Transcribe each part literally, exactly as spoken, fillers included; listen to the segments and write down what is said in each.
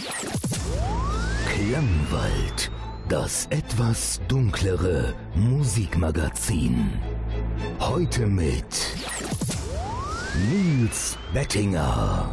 Klangwald, das etwas dunklere Musikmagazin. Heute mit Nils Bettinger.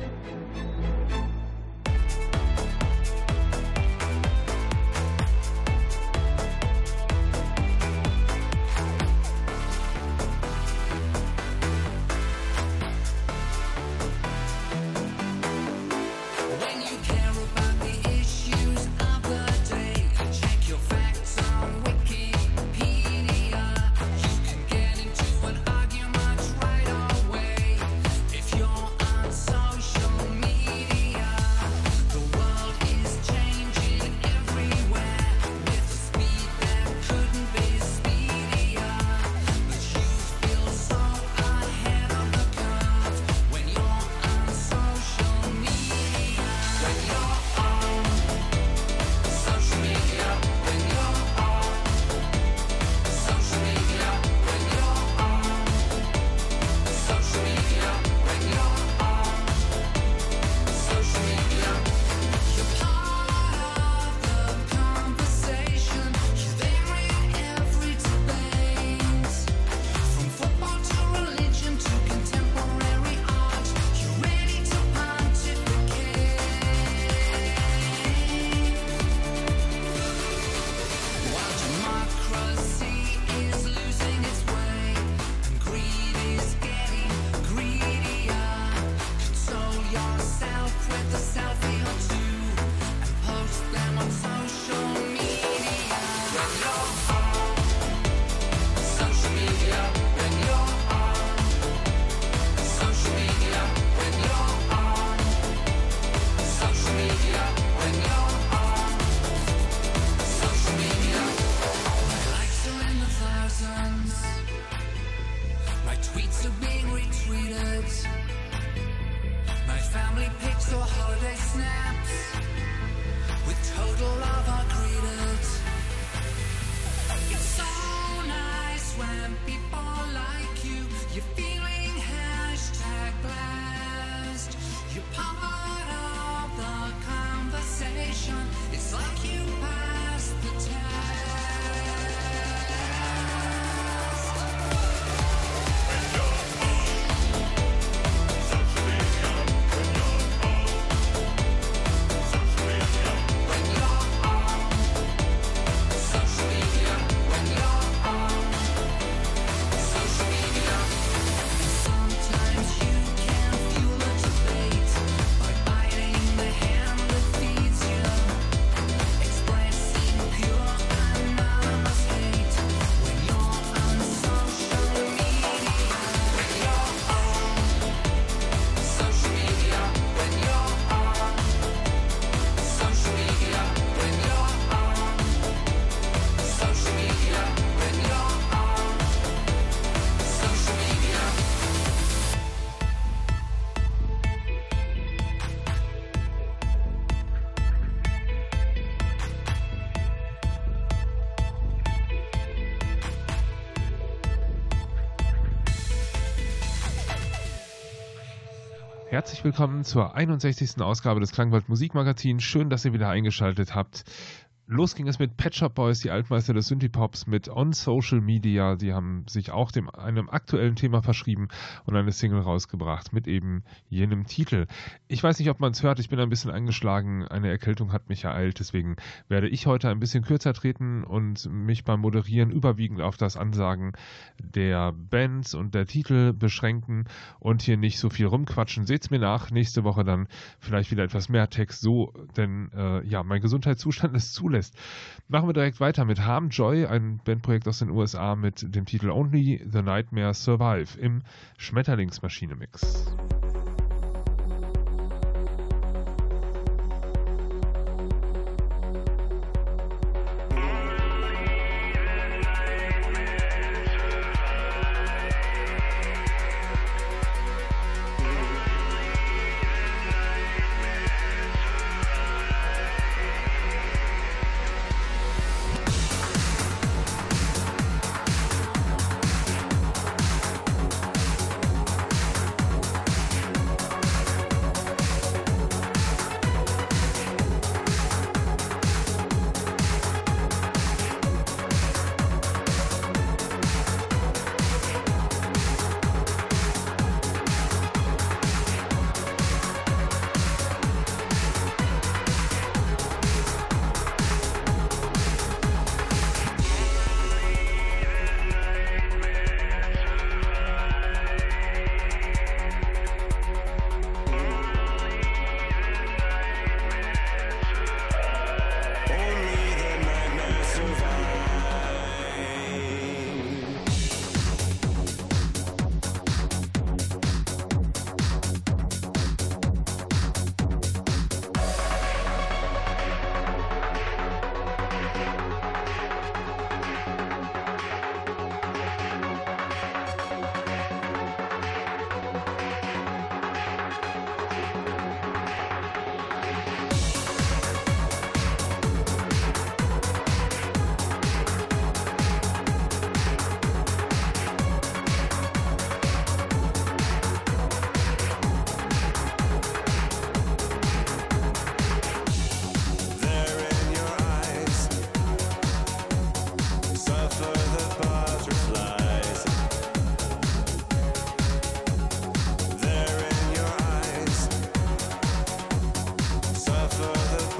Herzlich willkommen zur einundsechzigsten Ausgabe des Klangwald Musikmagazins. Schön, dass ihr wieder eingeschaltet habt. Los ging es mit Pet Shop Boys, die Altmeister des Synthie-Pops, mit On Social Media. Die haben sich auch dem, einem aktuellen Thema verschrieben und eine Single rausgebracht mit eben jenem Titel. Ich weiß nicht, ob man es hört, ich bin ein bisschen angeschlagen. Eine Erkältung hat mich ereilt, deswegen werde ich heute ein bisschen kürzer treten und mich beim Moderieren überwiegend auf das Ansagen der Bands und der Titel beschränken und hier nicht so viel rumquatschen. Seht's mir nach, nächste Woche dann vielleicht wieder etwas mehr Text, so, denn äh, ja, mein Gesundheitszustand ist zulässt. Machen wir direkt weiter mit Harm Joy, ein Bandprojekt aus den U S A mit dem Titel Only the Nightmare Survive im Schmetterlingsmaschine-Mix.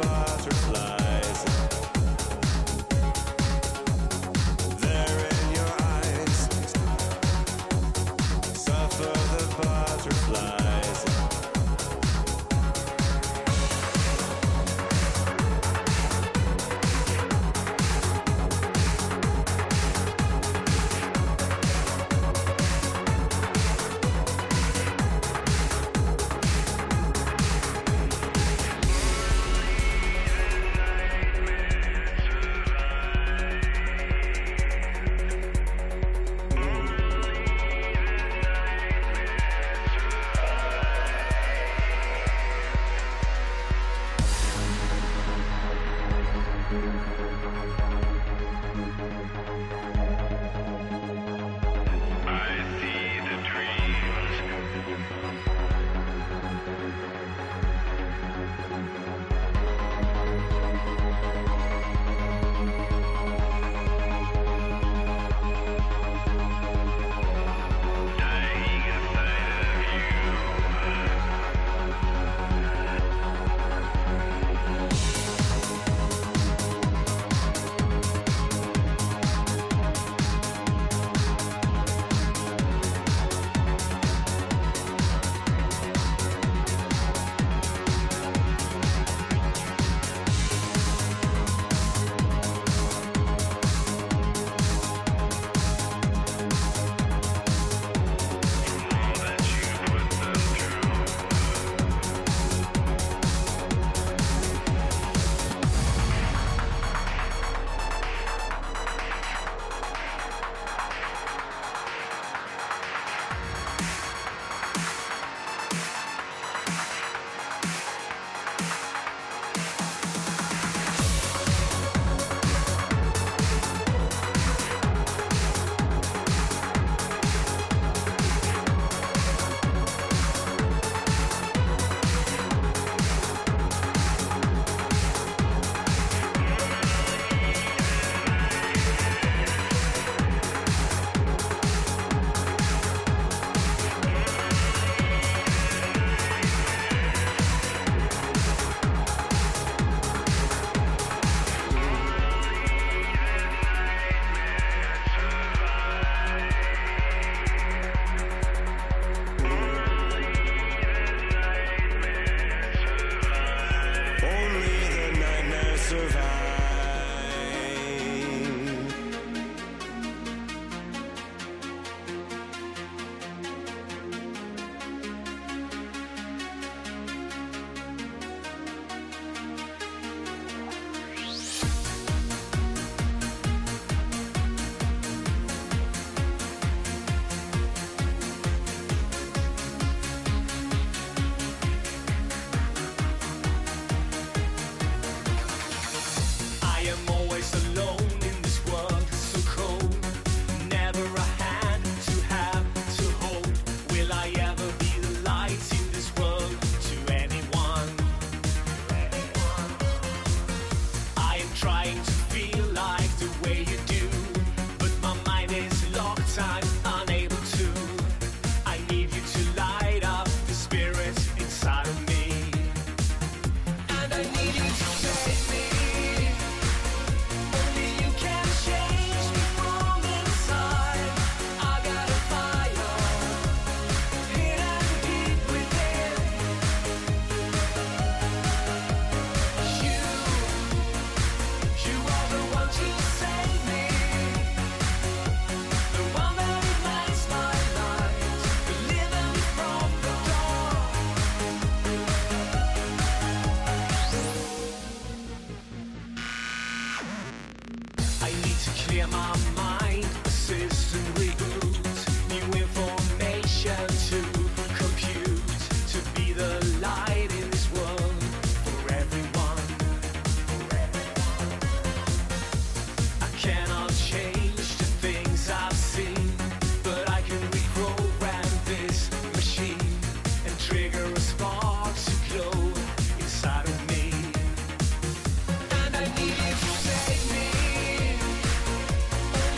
Inside of me, and I need you to save me.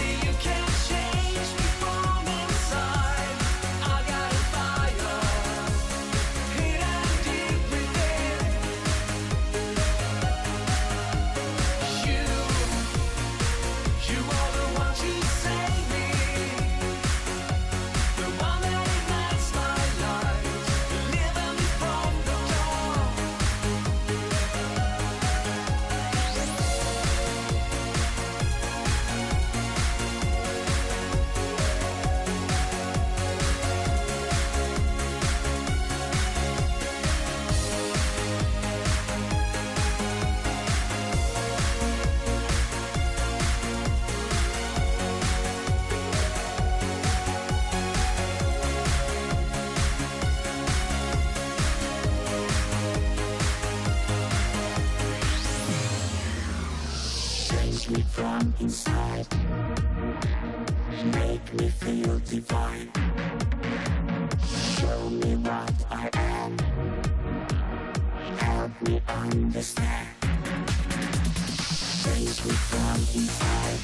me from inside. Make me feel divine. Show me what I am. Help me understand. Take me from inside.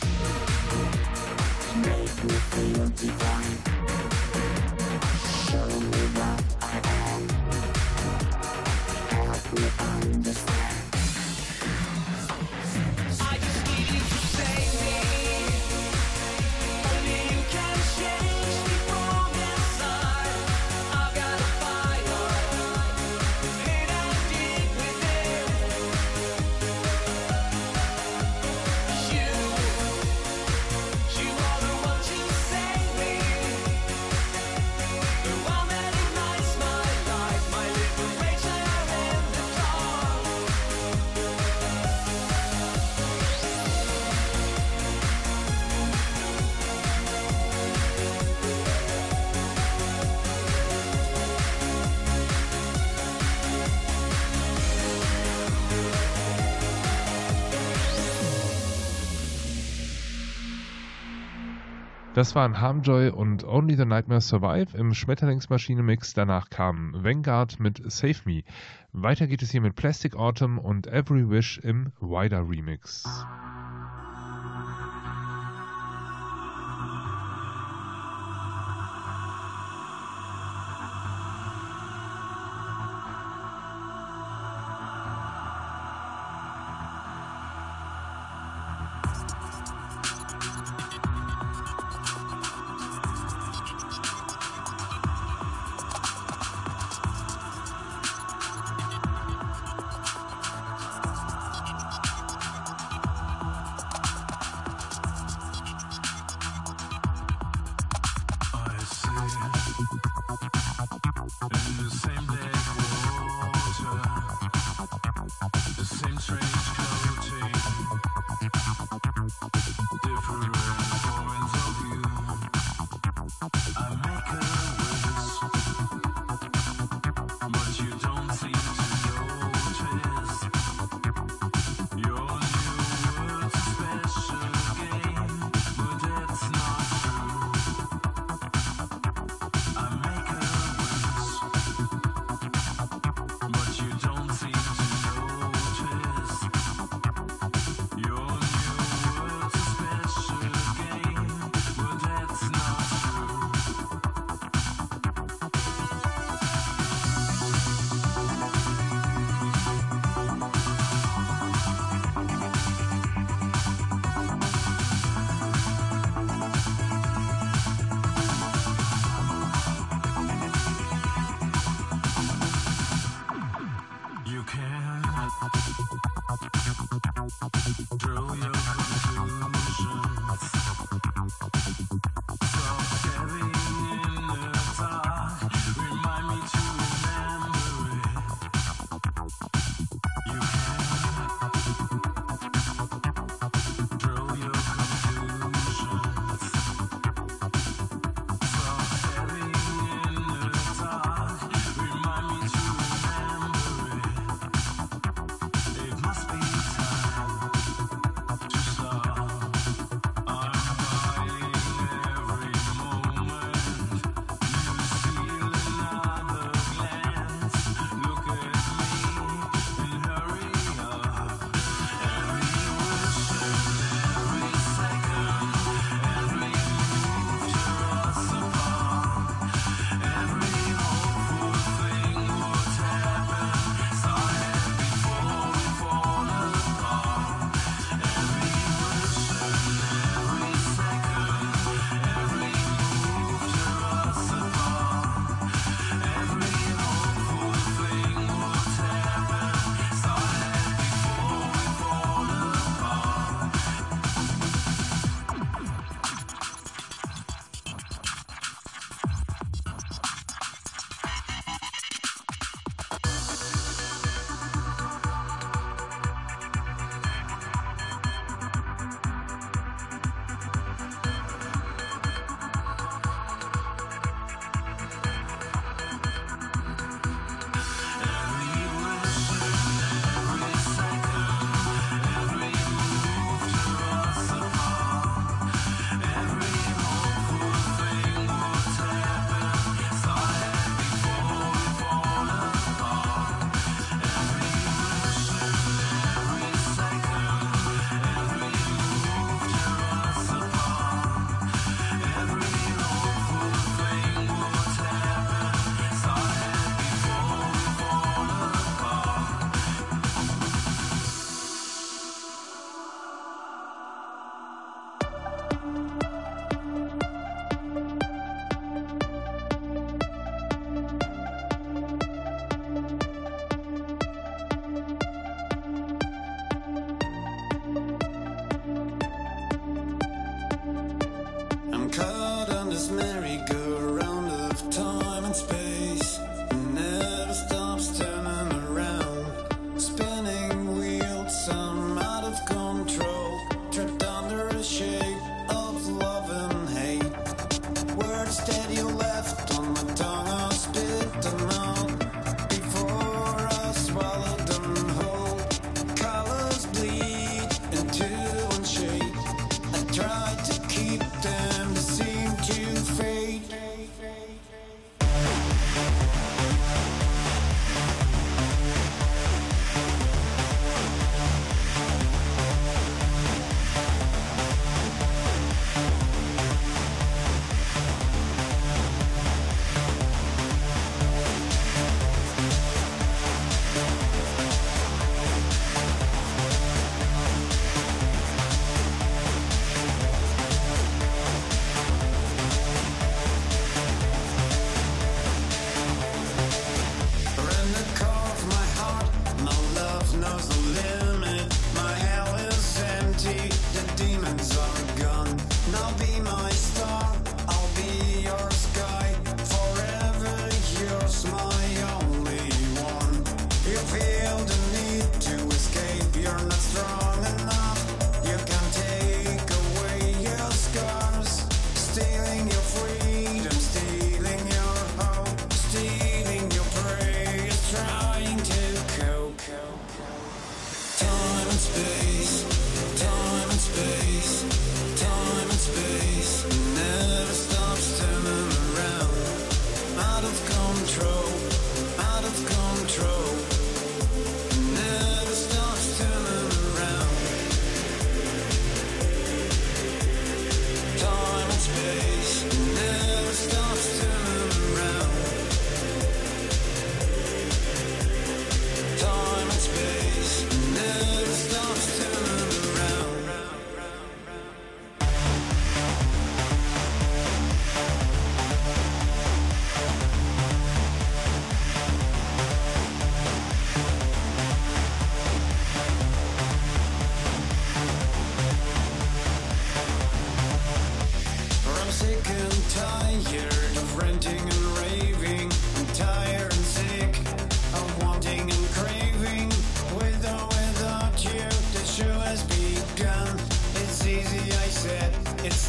Make me feel divine. Show me what I am. Help me understand. I just need you to save me. Only you can change me from inside. I've got a fire hidden deep within. You, you are the one to save me. The one that ignites my life, my liberation in the dark. Das waren Harmjoy und Only the Nightmare Survive im Schmetterlingsmaschine-Mix. Danach kam Vanguard mit Save Me. Weiter geht es hier mit Plastic Autumn und Every Wish im Wider Remix.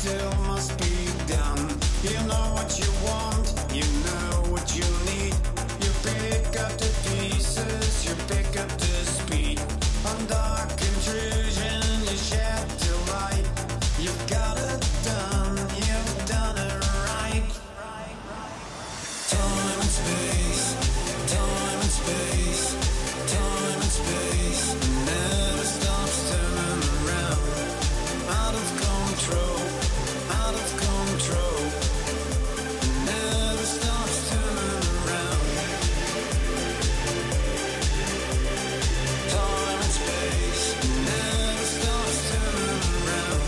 still must be done. You know what you want, you know what you need. You pick up the pieces, you pick up the speed. On dark intrusion, you shed the light. You've got it done, you've done it right. Time and space, time and space, time and space never stops turning around. Out of control, out of control, never stops turning around. Time and space never stops turning around.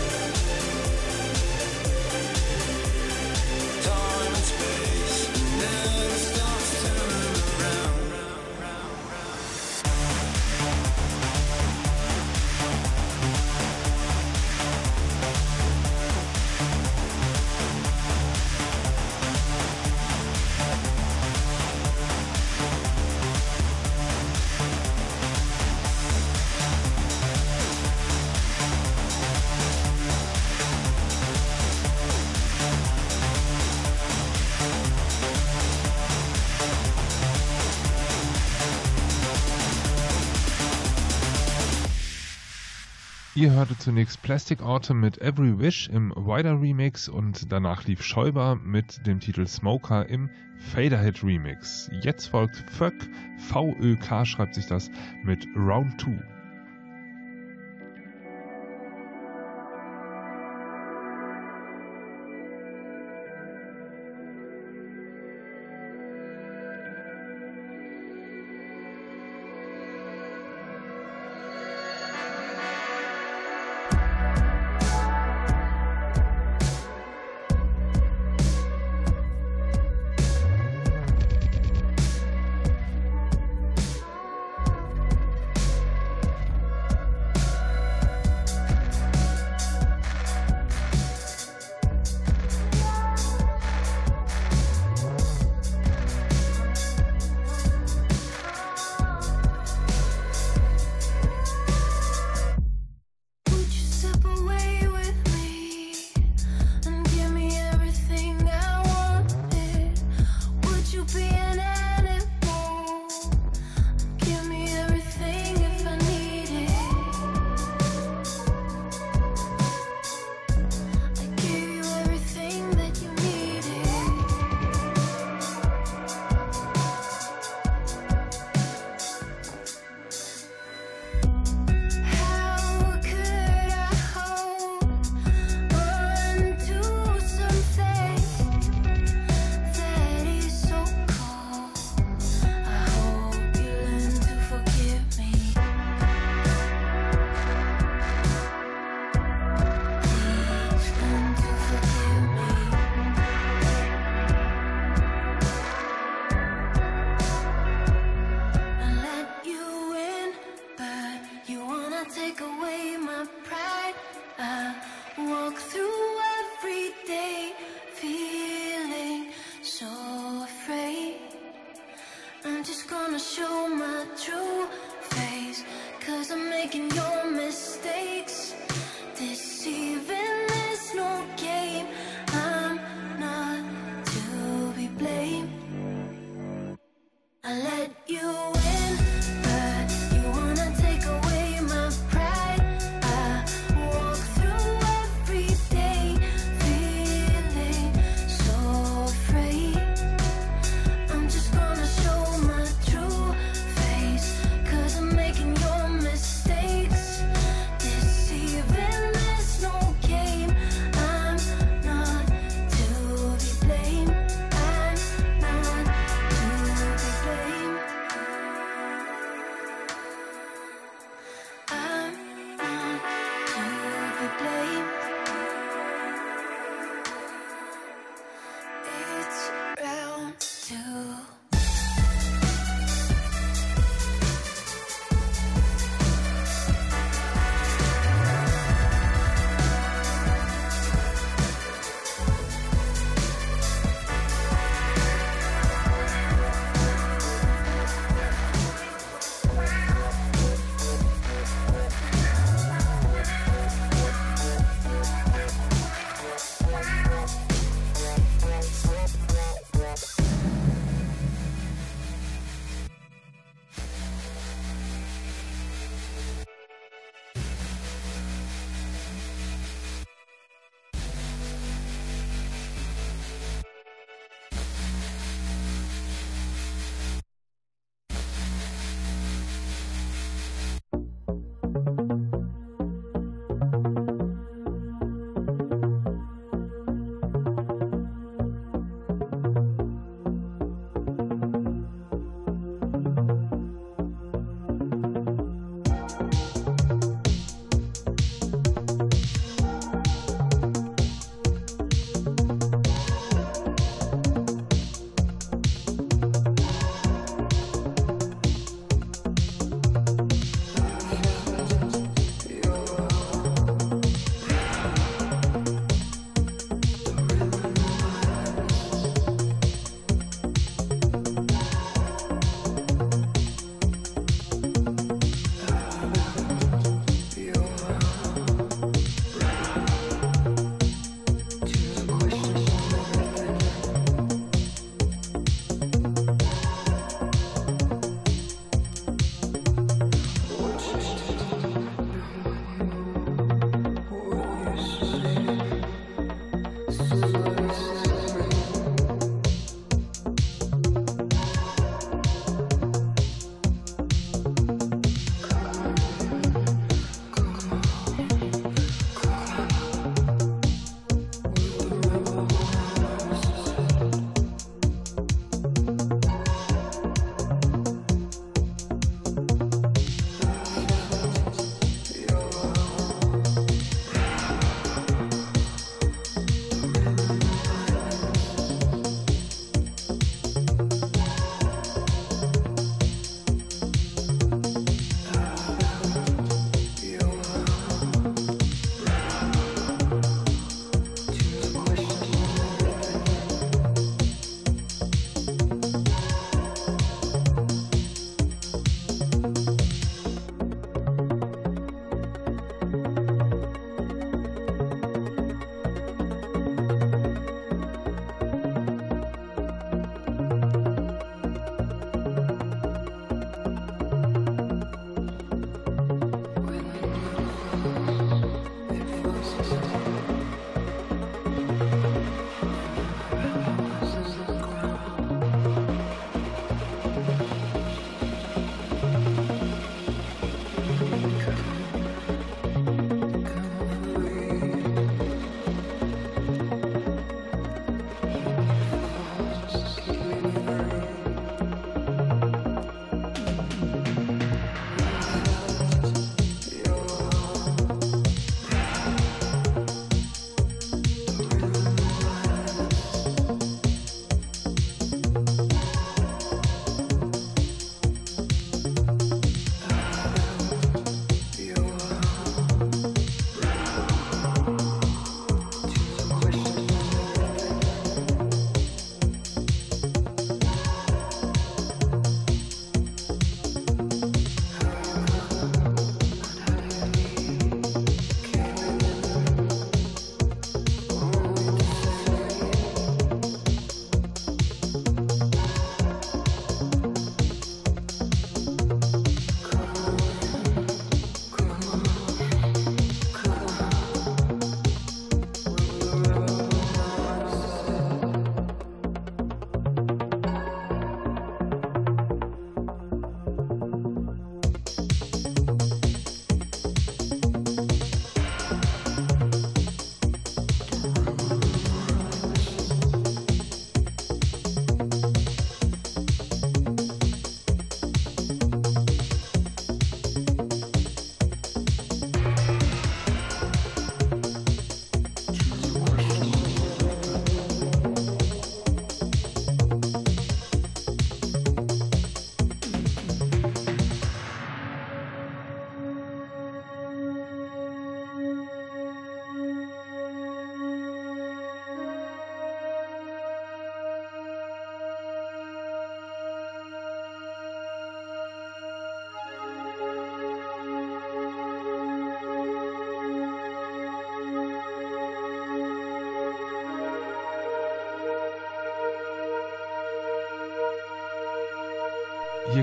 Time and space never stops turning around. Ihr hörtet zunächst Plastic Autumn mit Every Wish im Wider Remix und danach lief Schäuber mit dem Titel Smoker im Faderhead Remix. Jetzt folgt Vök, V Ö K schreibt sich das, mit Round zwei. Mistakes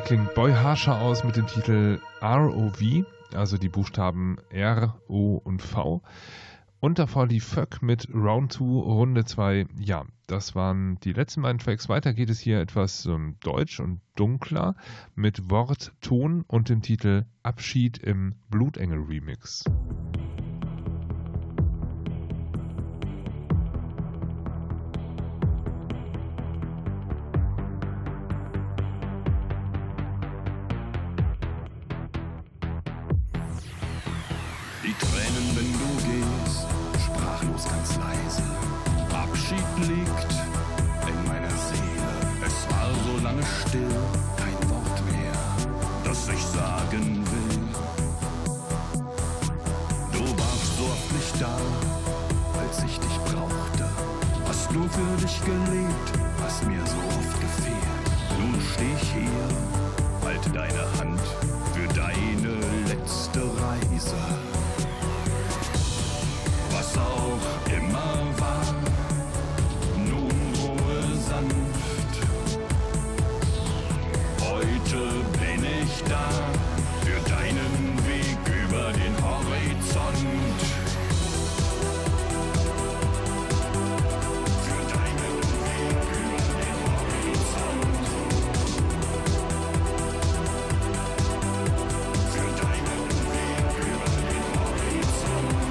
hier klingt Boy Harsher aus mit dem Titel R O V, also die Buchstaben R, O und V. Und davor die Föck mit Round zwei, Runde zwei. Ja, das waren die letzten beiden Tracks. Weiter geht es hier etwas ähm, deutsch und dunkler mit Wort, Ton und dem Titel Abschied im Blutengel Remix. Die Tränen, wenn du gehst, sprachlos ganz leise. Abschied liegt in meiner Seele. Es war so lange still, kein Wort mehr, das ich sagen will. Du warst so oft nicht da, als ich dich brauchte. Hast nur für dich gelebt, hast mir so oft gefehlt. Nun steh ich hier, halte deine Hand für deine letzte Reise. Was auch immer war, nun ruhe sanft. Heute bin ich da, für deinen Weg über den Horizont. Für deinen Weg über den Horizont. Für deinen Weg über den Horizont.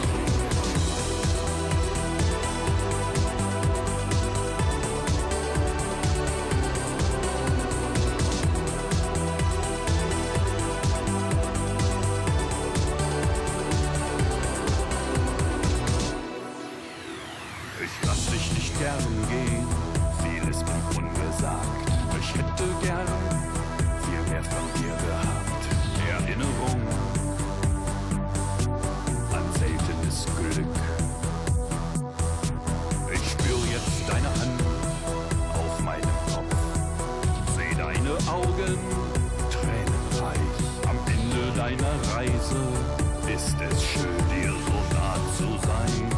Ich lass dich nicht gern gehen, vieles blieb ungesagt. Ich hätte gern viel mehr von dir gehabt. Erinnerung an seltenes Glück. Ich spür jetzt deine Hand auf meinem Kopf. Seh deine Augen tränenreich. Am Ende deiner Reise ist es schön, dir so nah zu sein.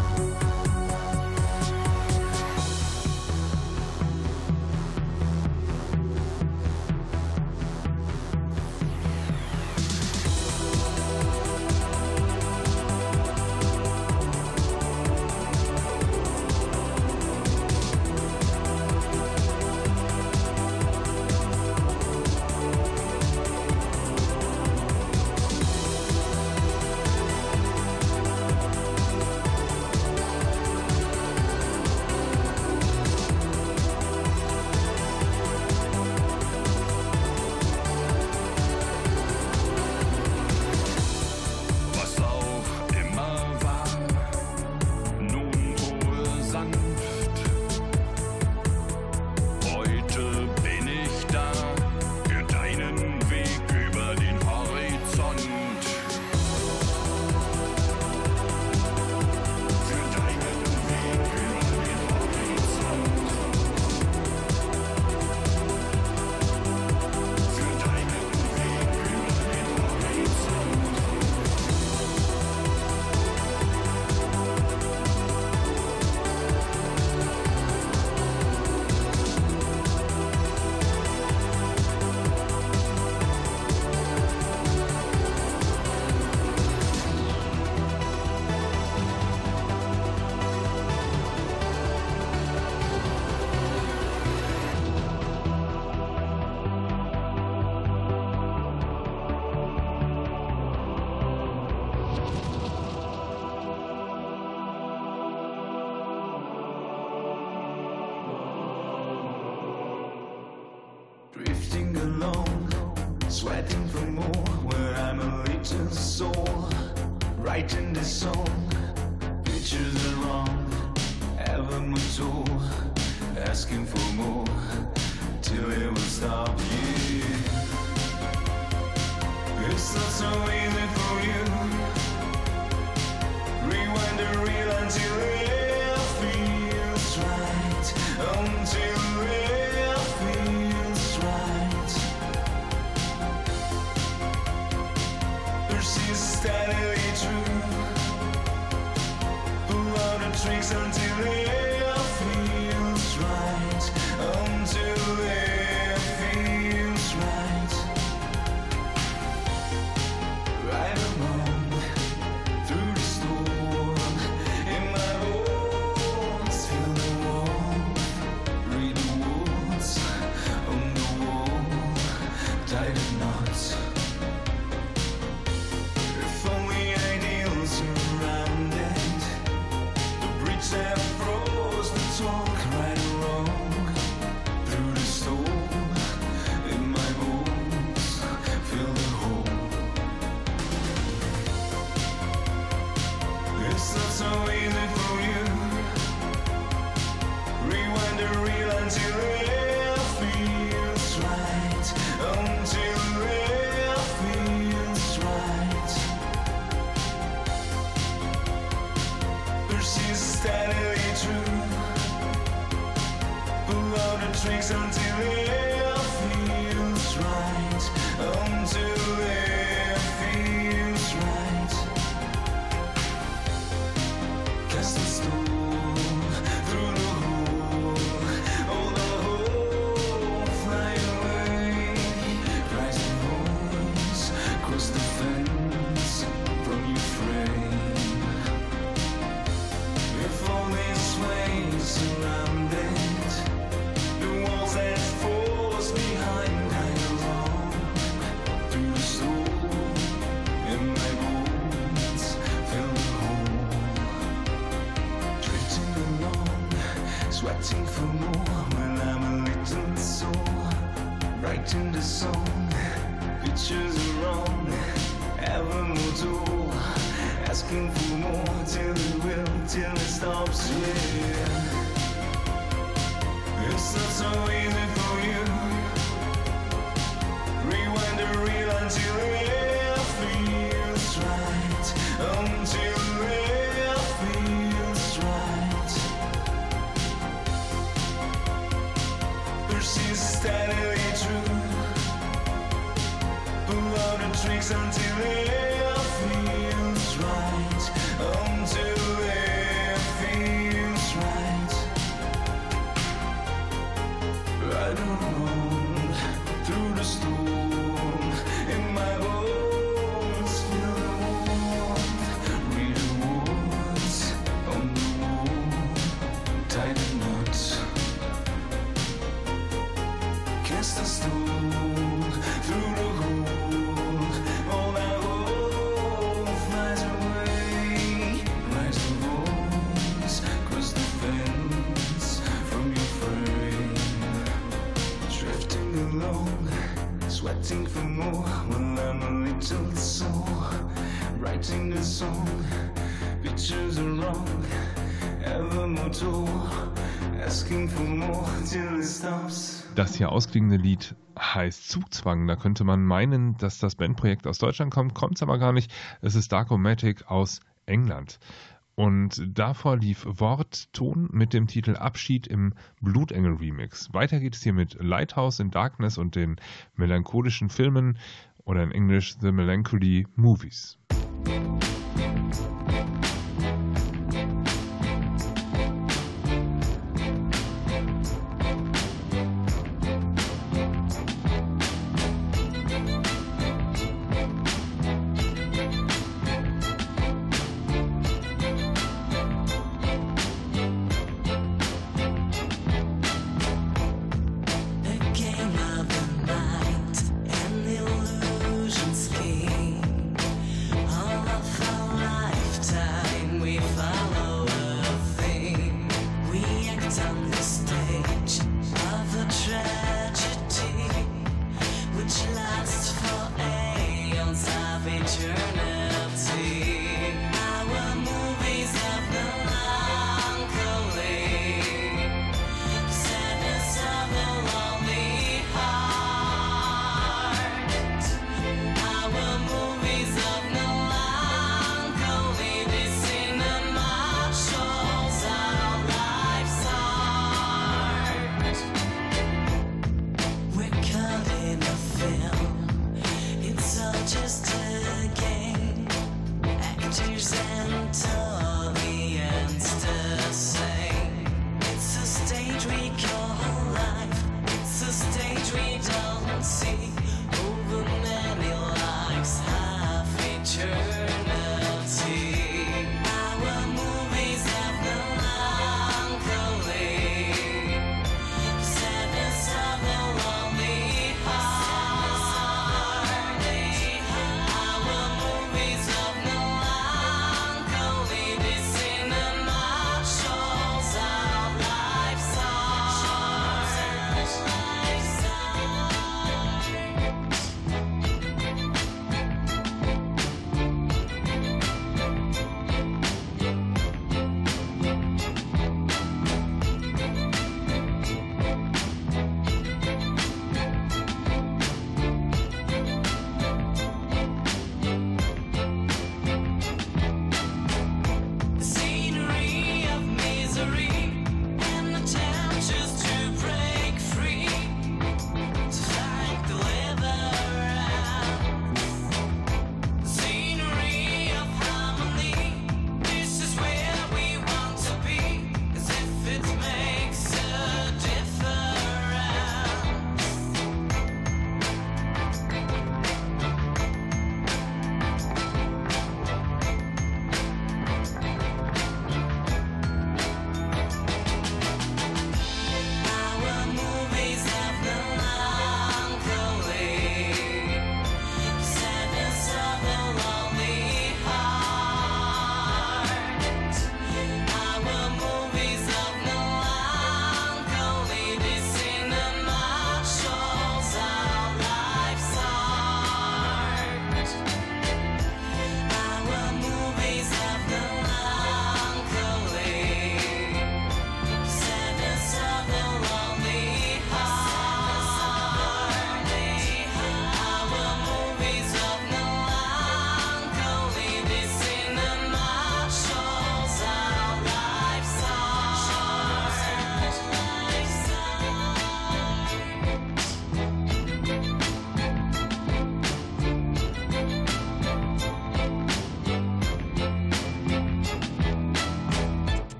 Drifting along, sweating for more, where I'm a little soul. Writing this song, pictures are wrong, ever more tool, asking for more, till it will stop you. It's not so easy for you. Rewind the reel until it feels right, until it feels right. Persist steadily true. Pull out the tricks until it feels right, until it feels right. writing the song, pictures are wrong, ever more tall, asking for more till it will, till it stops, yeah. It's not so easy for you. Rewind the reel until it feels right, until it feels right. Persist steadily true. Pull out the tricks until it feels right, until it feels right. Ride on through the storm, in my bones feel the warmth. Read the words on the wall, tie the knots, cast a stone through the hole. All I hope flies away, rise the voice, cross the fence from your frame. Drifting along, sweating for more, well I'm a little sore. Writing the song, pictures are wrong, ever more tall, asking for more till it stops. Das hier ausklingende Lied heißt Zugzwang. Da könnte man meinen, dass das Bandprojekt aus Deutschland kommt, kommt es aber gar nicht. Es ist Darkomatic aus England. Und davor lief Wortton mit dem Titel Abschied im Blutengel Remix. Weiter geht es hier mit Lighthouse in Darkness und den melancholischen Filmen oder in Englisch The Melancholy Movies. The game of the night, an illusion scheme. All of a lifetime, we follow a theme. We act on the stage of a tragedy, which lasts for aeons of eternity. Our movies of melancholy, sadness of a lonely heart. Our movies of melancholy, this cinema shows our life's art. We're caught in a film, it's all just a game. Actors and audience the same. It's a stage we call life. It's a stage we don't see. Over many lives, half eternity. Our movies of melancholy, sadness of a lonely heart. Our movies of melancholy.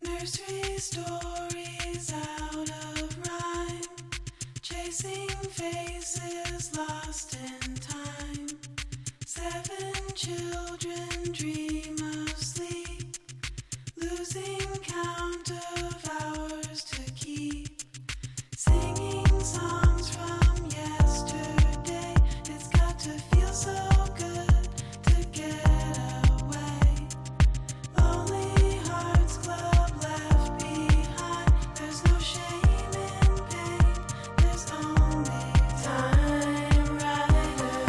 Nursery stories out of rhyme, chasing faces lost in time. Seven children dream of sleep, losing count of hours to keep. Singing songs from yesterday, it's got to feel so good to get away. Lonely Hearts Club left behind, there's no shame in pain, there's only Time Rider.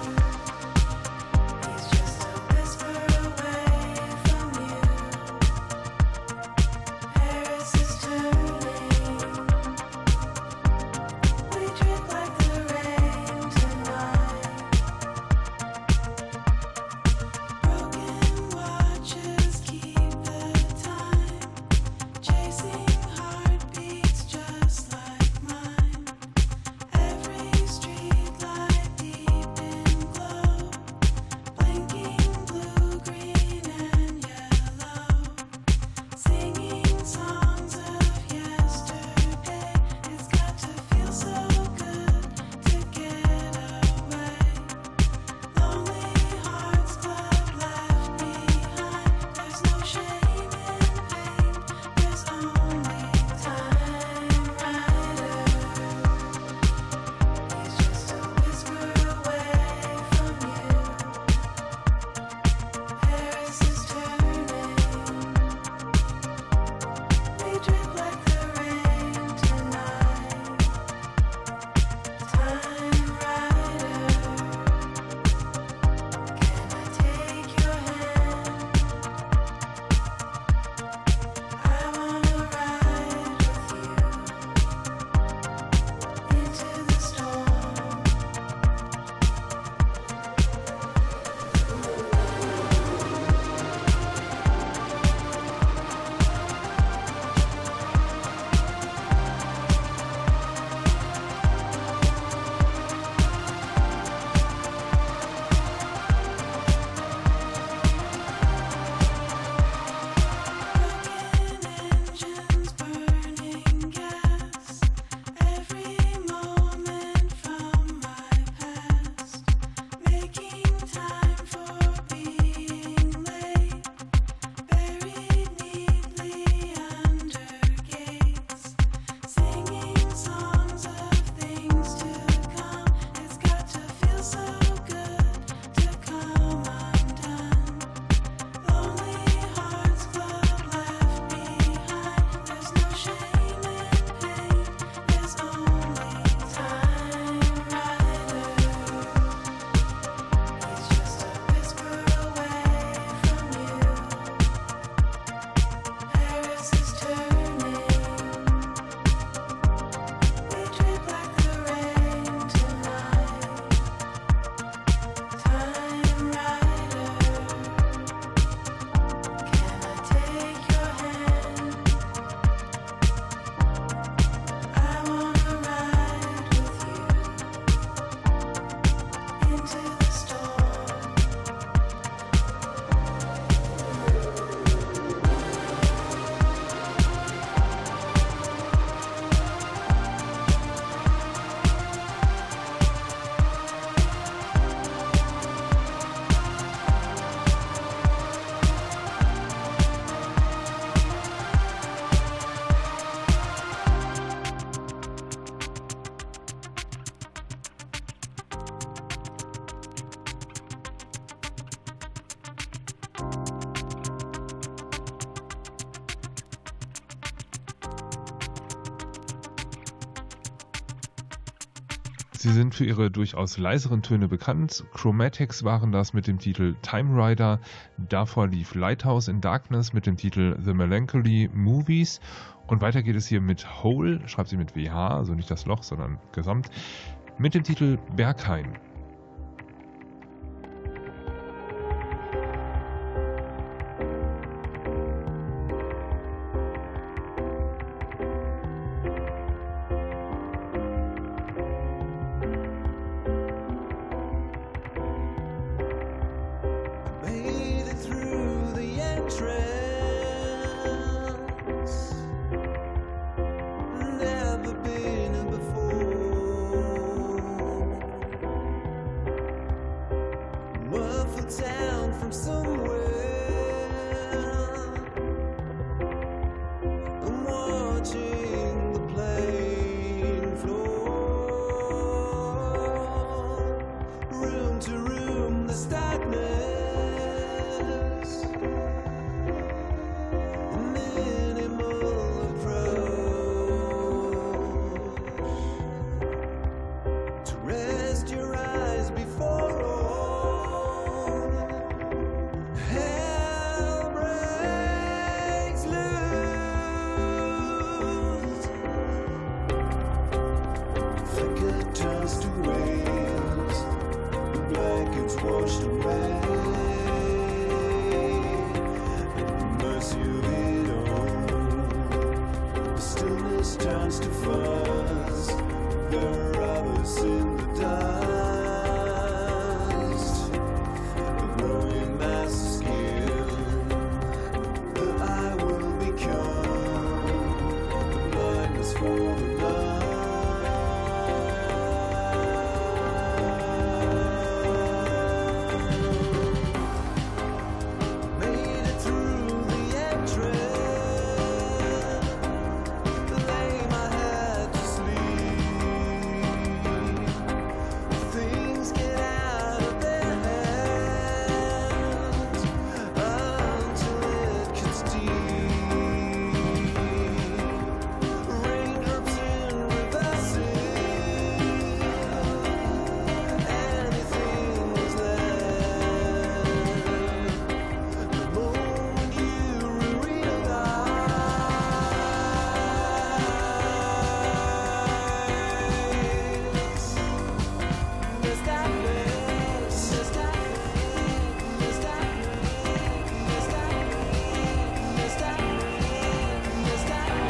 He's just a whisper away from you. Paris is turning, we drip like the rain tonight. Broken watches keep the time, chasing heartbeats just like mine. Every street light deep in glow, blinking blue, green, and yellow. Singing songs of yesterday, it's got to feel so good to get away. Lonely Hearts Club left behind, there's no shame in pain, there's only Time Rider. He's just a whisper away from you. Paris is turning, we drip like the rain tonight. Time Rider, can I take your hand? I wanna ride with you into the storm. Broken engines, burning gas, every moment from my past, making time for being late, buried neatly under gates, singing songs of things to come. It's got to feel so good to come undone. Lonely Hearts Club left behind, there's no shame in pain, there's only Time Rider. He's just a whisper away from you. Paris is turning, we drip like the rain tonight. Time Rider, can I take your hand? I wanna ride with you into the storm. Sie sind für ihre durchaus leiseren Töne bekannt. Chromatics waren das mit dem Titel Time Rider. Davor lief Lighthouse in Darkness mit dem Titel The Melancholy Movies. Und weiter geht es hier mit Hole, schreibt sie mit W H, also nicht das Loch, sondern gesamt, mit dem Titel Berghain. Made it through the entrance. beautiful town from somewhere. I'm watching the plane floor. Room to room, there's darkness. Minimal approach to rest your eyes before all hell breaks loose. Flicker turns to waves, the blankets washed away. Mercy of it all, the stillness turns to fuzz. There are others in the dust, a growing mass of skin that I will become. The blindness for the night. Made it through the entrance, lay my head to sleep. Things get out of their hands until it gets deep. Raindrops in reversing, anything was left. The moment you realize there's darkness, there's darkness, there's darkness, there's darkness, there's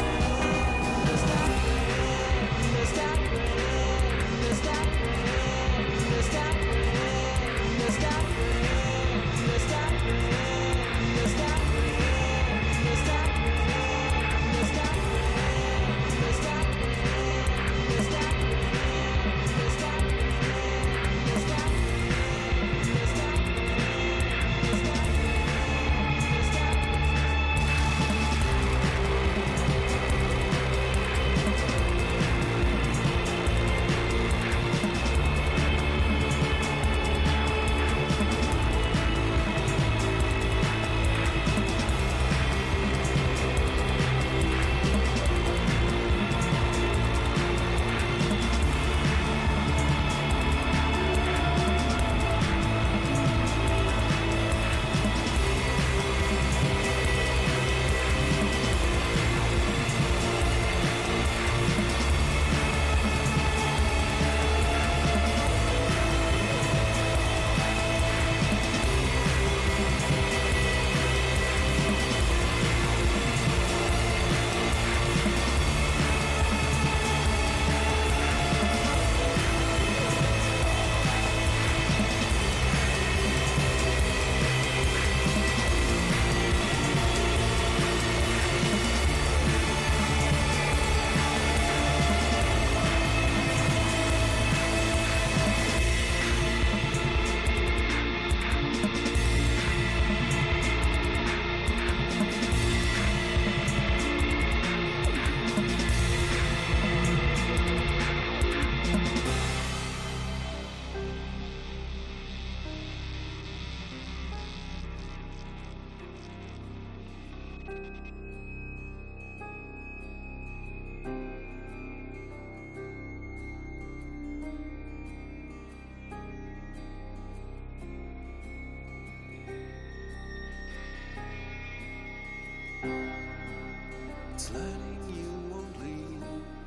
It's letting you won't leave,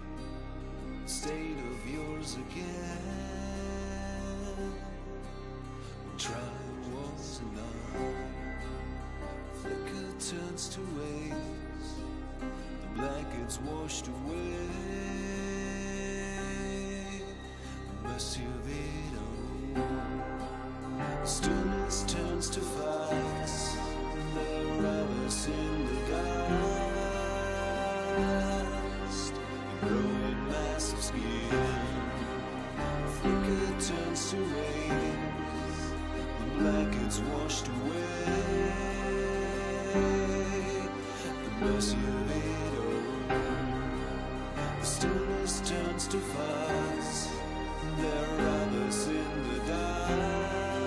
state of yours again. When trying was enough, flicker turns to waves, the blankets washed away. Mercy of it all, stillness turns to fights. There are others in the dust, a growing mass of skin. Flicker turns to waves, the blankets clouds washed away. The mercy of it all. The stillness turns to fires. There are others in the dark.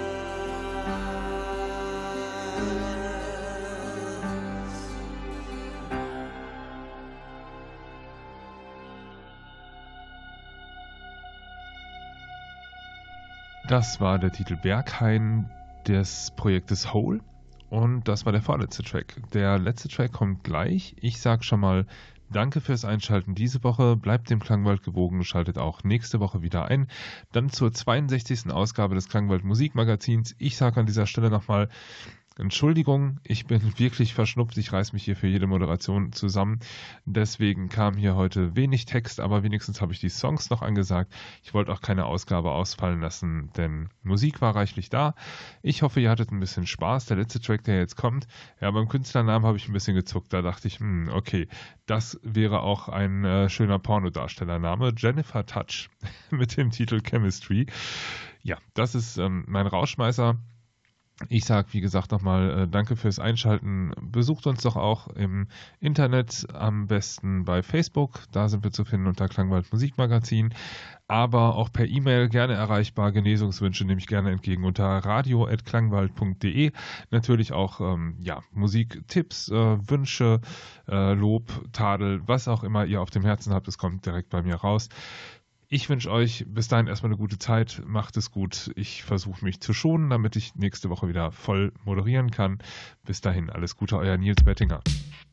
Das war der Titel Berghain des Projektes Hole und das war der vorletzte Track. Der letzte Track kommt gleich. Ich sag schon mal danke fürs Einschalten diese Woche. Bleibt dem Klangwald gewogen, schaltet auch nächste Woche wieder ein. Dann zur zweiundsechzigsten Ausgabe des Klangwald Musikmagazins. Ich sage an dieser Stelle nochmal Entschuldigung, ich bin wirklich verschnupft, ich reiß mich hier für jede Moderation zusammen. Deswegen kam hier heute wenig Text, aber wenigstens habe ich die Songs noch angesagt. Ich wollte auch keine Ausgabe ausfallen lassen, denn Musik war reichlich da. Ich hoffe, ihr hattet ein bisschen Spaß. Der letzte Track, der jetzt kommt, ja, beim Künstlernamen habe ich ein bisschen gezuckt. Da dachte ich, hm, okay, das wäre auch ein äh, schöner Pornodarstellername. Jennifer Touch mit dem Titel Chemistry. Ja, das ist ähm, mein Rauschmeißer. Ich sage, wie gesagt, nochmal äh, danke fürs Einschalten. Besucht uns doch auch im Internet, am besten bei Facebook. Da sind wir zu finden unter Klangwald Musikmagazin. Aber auch per E-Mail gerne erreichbar. Genesungswünsche nehme ich gerne entgegen unter radio at klangwald punkt de. Natürlich auch ähm, ja, Musiktipps, äh, Wünsche, äh, Lob, Tadel, was auch immer ihr auf dem Herzen habt. Es kommt direkt bei mir raus. Ich wünsche euch bis dahin erstmal eine gute Zeit. Macht es gut. Ich versuche mich zu schonen, damit ich nächste Woche wieder voll moderieren kann. Bis dahin, alles Gute, euer Nils Bettinger.